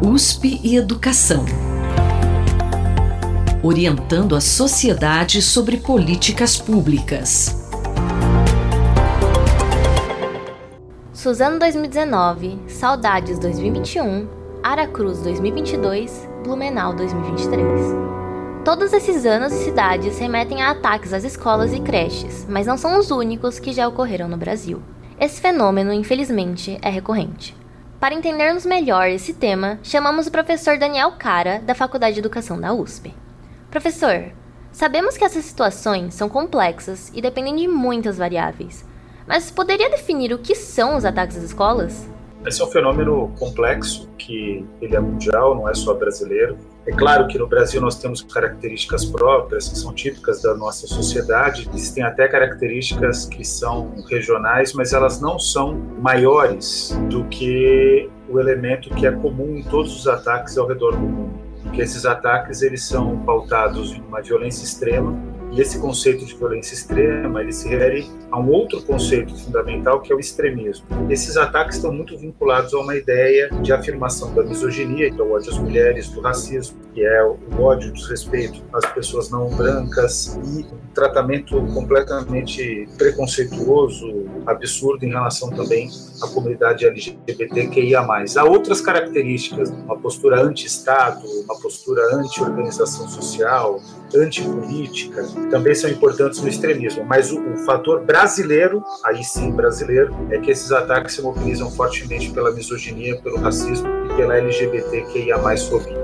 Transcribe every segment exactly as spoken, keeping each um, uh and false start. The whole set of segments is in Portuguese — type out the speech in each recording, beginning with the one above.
U S P e Educação. Orientando a sociedade sobre políticas públicas. Suzano dois mil e dezenove, Saudades dois mil e vinte e um, Aracruz dois mil e vinte e dois, Blumenau dois mil e vinte e três. Todos esses anos e cidades remetem a ataques às escolas e creches, mas não são os únicos que já ocorreram no Brasil. Esse fenômeno, infelizmente, é recorrente. Para entendermos melhor esse tema, chamamos o professor Daniel Cara, da Faculdade de Educação da U S P. Professor, sabemos que essas situações são complexas e dependem de muitas variáveis, mas poderia definir o que são os ataques às escolas? Esse é um fenômeno complexo, que ele é mundial, não é só brasileiro. É claro que no Brasil nós temos características próprias, que são típicas da nossa sociedade. Existem até características que são regionais, mas elas não são maiores do que o elemento que é comum em todos os ataques ao redor do mundo. Porque esses ataques eles são pautados em uma violência extrema, e esse conceito de violência extrema ele se refere a um outro conceito fundamental, que é o extremismo. Esses ataques estão muito vinculados a uma ideia de afirmação da misoginia, do ódio às mulheres, do racismo, que é o ódio, o desrespeito às pessoas não brancas e um tratamento completamente preconceituoso, absurdo em relação também à comunidade L G B T Q I A mais. Há outras características, uma postura anti-Estado, uma postura anti-organização social, antipolítica, também são importantes no extremismo, mas o, o fator brasileiro, aí sim brasileiro, é que esses ataques se mobilizam fortemente pela misoginia, pelo racismo e pela L G B T Q I A mais fobia.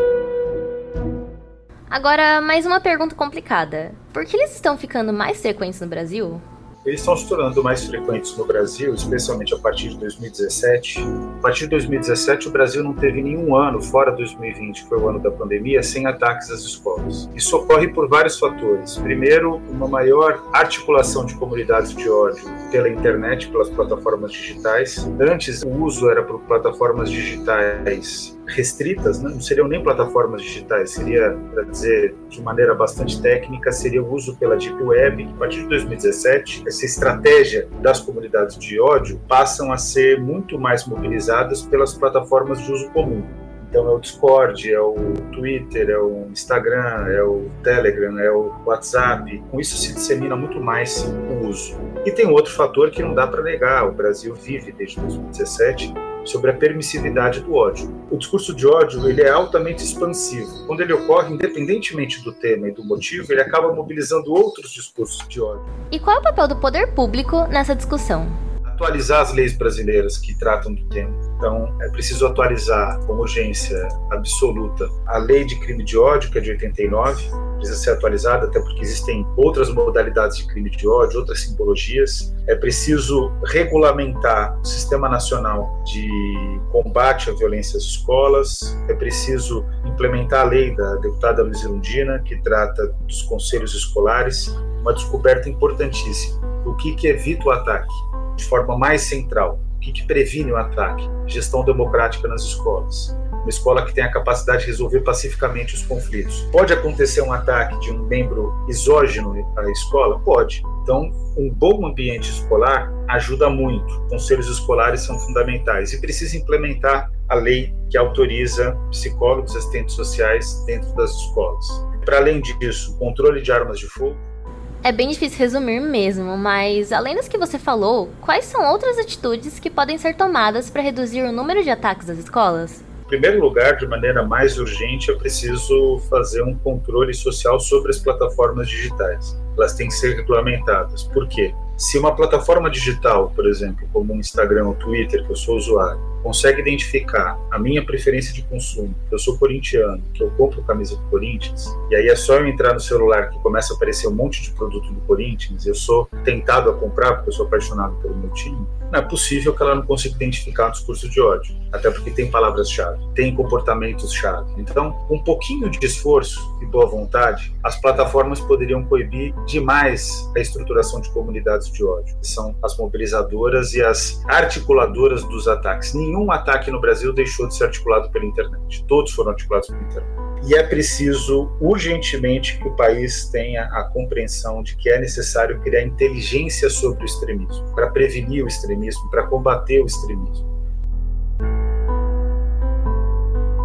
Agora, mais uma pergunta complicada. Por que eles estão ficando mais frequentes no Brasil? Eles estão se tornando mais frequentes no Brasil, especialmente a partir de dois mil e dezessete. A partir de dois mil e dezessete, o Brasil não teve nenhum ano, fora dois mil e vinte, que foi o ano da pandemia, sem ataques às escolas. Isso ocorre por vários fatores. Primeiro, uma maior articulação de comunidades de ódio pela internet, pelas plataformas digitais. Antes, o uso era por plataformas digitais restritas, né? Não seriam nem plataformas digitais, seria, para dizer de maneira bastante técnica, seria o uso pela Deep Web. A partir de dois mil e dezessete, essa estratégia das comunidades de ódio passam a ser muito mais mobilizadas pelas plataformas de uso comum. Então é o Discord, é o Twitter, é o Instagram, é o Telegram, é o WhatsApp. Com isso se dissemina muito mais o uso. E tem um outro fator que não dá para negar, o Brasil vive desde dois mil e dezessete sobre a permissividade do ódio. O discurso de ódio ele é altamente expansivo. Quando ele ocorre, independentemente do tema e do motivo, ele acaba mobilizando outros discursos de ódio. E qual é o papel do poder público nessa discussão? Atualizar as leis brasileiras que tratam do tema. Então, é preciso atualizar com urgência absoluta a lei de crime de ódio, que é de oitenta e nove, precisa ser atualizada, até porque existem outras modalidades de crime de ódio, outras simbologias. É preciso regulamentar o Sistema Nacional de Combate à Violência às Escolas. É preciso implementar a lei da deputada Luiza Erundina, que trata dos conselhos escolares, uma descoberta importantíssima. O que, que evita o ataque? De forma mais central, o que, que previne o ataque? Gestão democrática nas escolas. Uma escola que tem a capacidade de resolver pacificamente os conflitos. Pode acontecer um ataque de um membro exógeno à escola? Pode. Então, um bom ambiente escolar ajuda muito. Conselhos escolares são fundamentais e precisa implementar a lei que autoriza psicólogos e assistentes sociais dentro das escolas. Para além disso, controle de armas de fogo. É bem difícil resumir mesmo, mas além das que você falou, quais são outras atitudes que podem ser tomadas para reduzir o número de ataques às escolas? Em primeiro lugar, de maneira mais urgente, é preciso fazer um controle social sobre as plataformas digitais. Elas têm que ser regulamentadas. Por quê? Se uma plataforma digital, por exemplo, como o Instagram ou o Twitter, que eu sou usuário, consegue identificar a minha preferência de consumo, que eu sou corintiano, que eu compro camisa do Corinthians, e aí é só eu entrar no celular que começa a aparecer um monte de produto do Corinthians, eu sou tentado a comprar porque eu sou apaixonado pelo meu time, não é possível que ela não consiga identificar um discurso de ódio, até porque tem palavras-chave, tem comportamentos-chave. Então, com um pouquinho de esforço e boa vontade, as plataformas poderiam coibir demais a estruturação de comunidades de ódio, que são as mobilizadoras e as articuladoras dos ataques. Nenhum ataque no Brasil deixou de ser articulado pela internet. Todos foram articulados pela internet. E é preciso, urgentemente, que o país tenha a compreensão de que é necessário criar inteligência sobre o extremismo, para prevenir o extremismo, para combater o extremismo.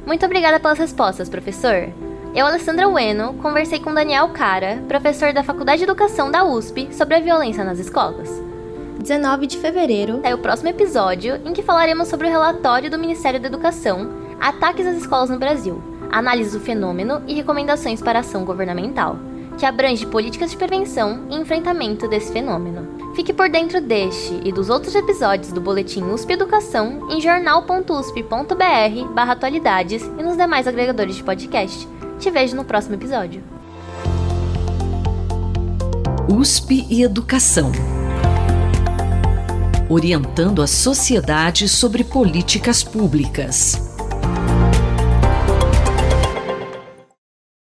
Muito obrigada pelas respostas, professor. Eu, Alessandra Ueno, conversei com Daniel Cara, professor da Faculdade de Educação da U S P, sobre a violência nas escolas. dezenove de fevereiro É o próximo episódio em que falaremos sobre o relatório do Ministério da Educação, Ataques às Escolas no Brasil, análise do fenômeno e recomendações para ação governamental, que abrange políticas de prevenção e enfrentamento desse fenômeno. Fique por dentro deste e dos outros episódios do Boletim U S P Educação em jornal ponto u s p ponto b r barra atualidades e nos demais agregadores de podcast. Te vejo no próximo episódio. U S P e Educação. Orientando a sociedade sobre políticas públicas.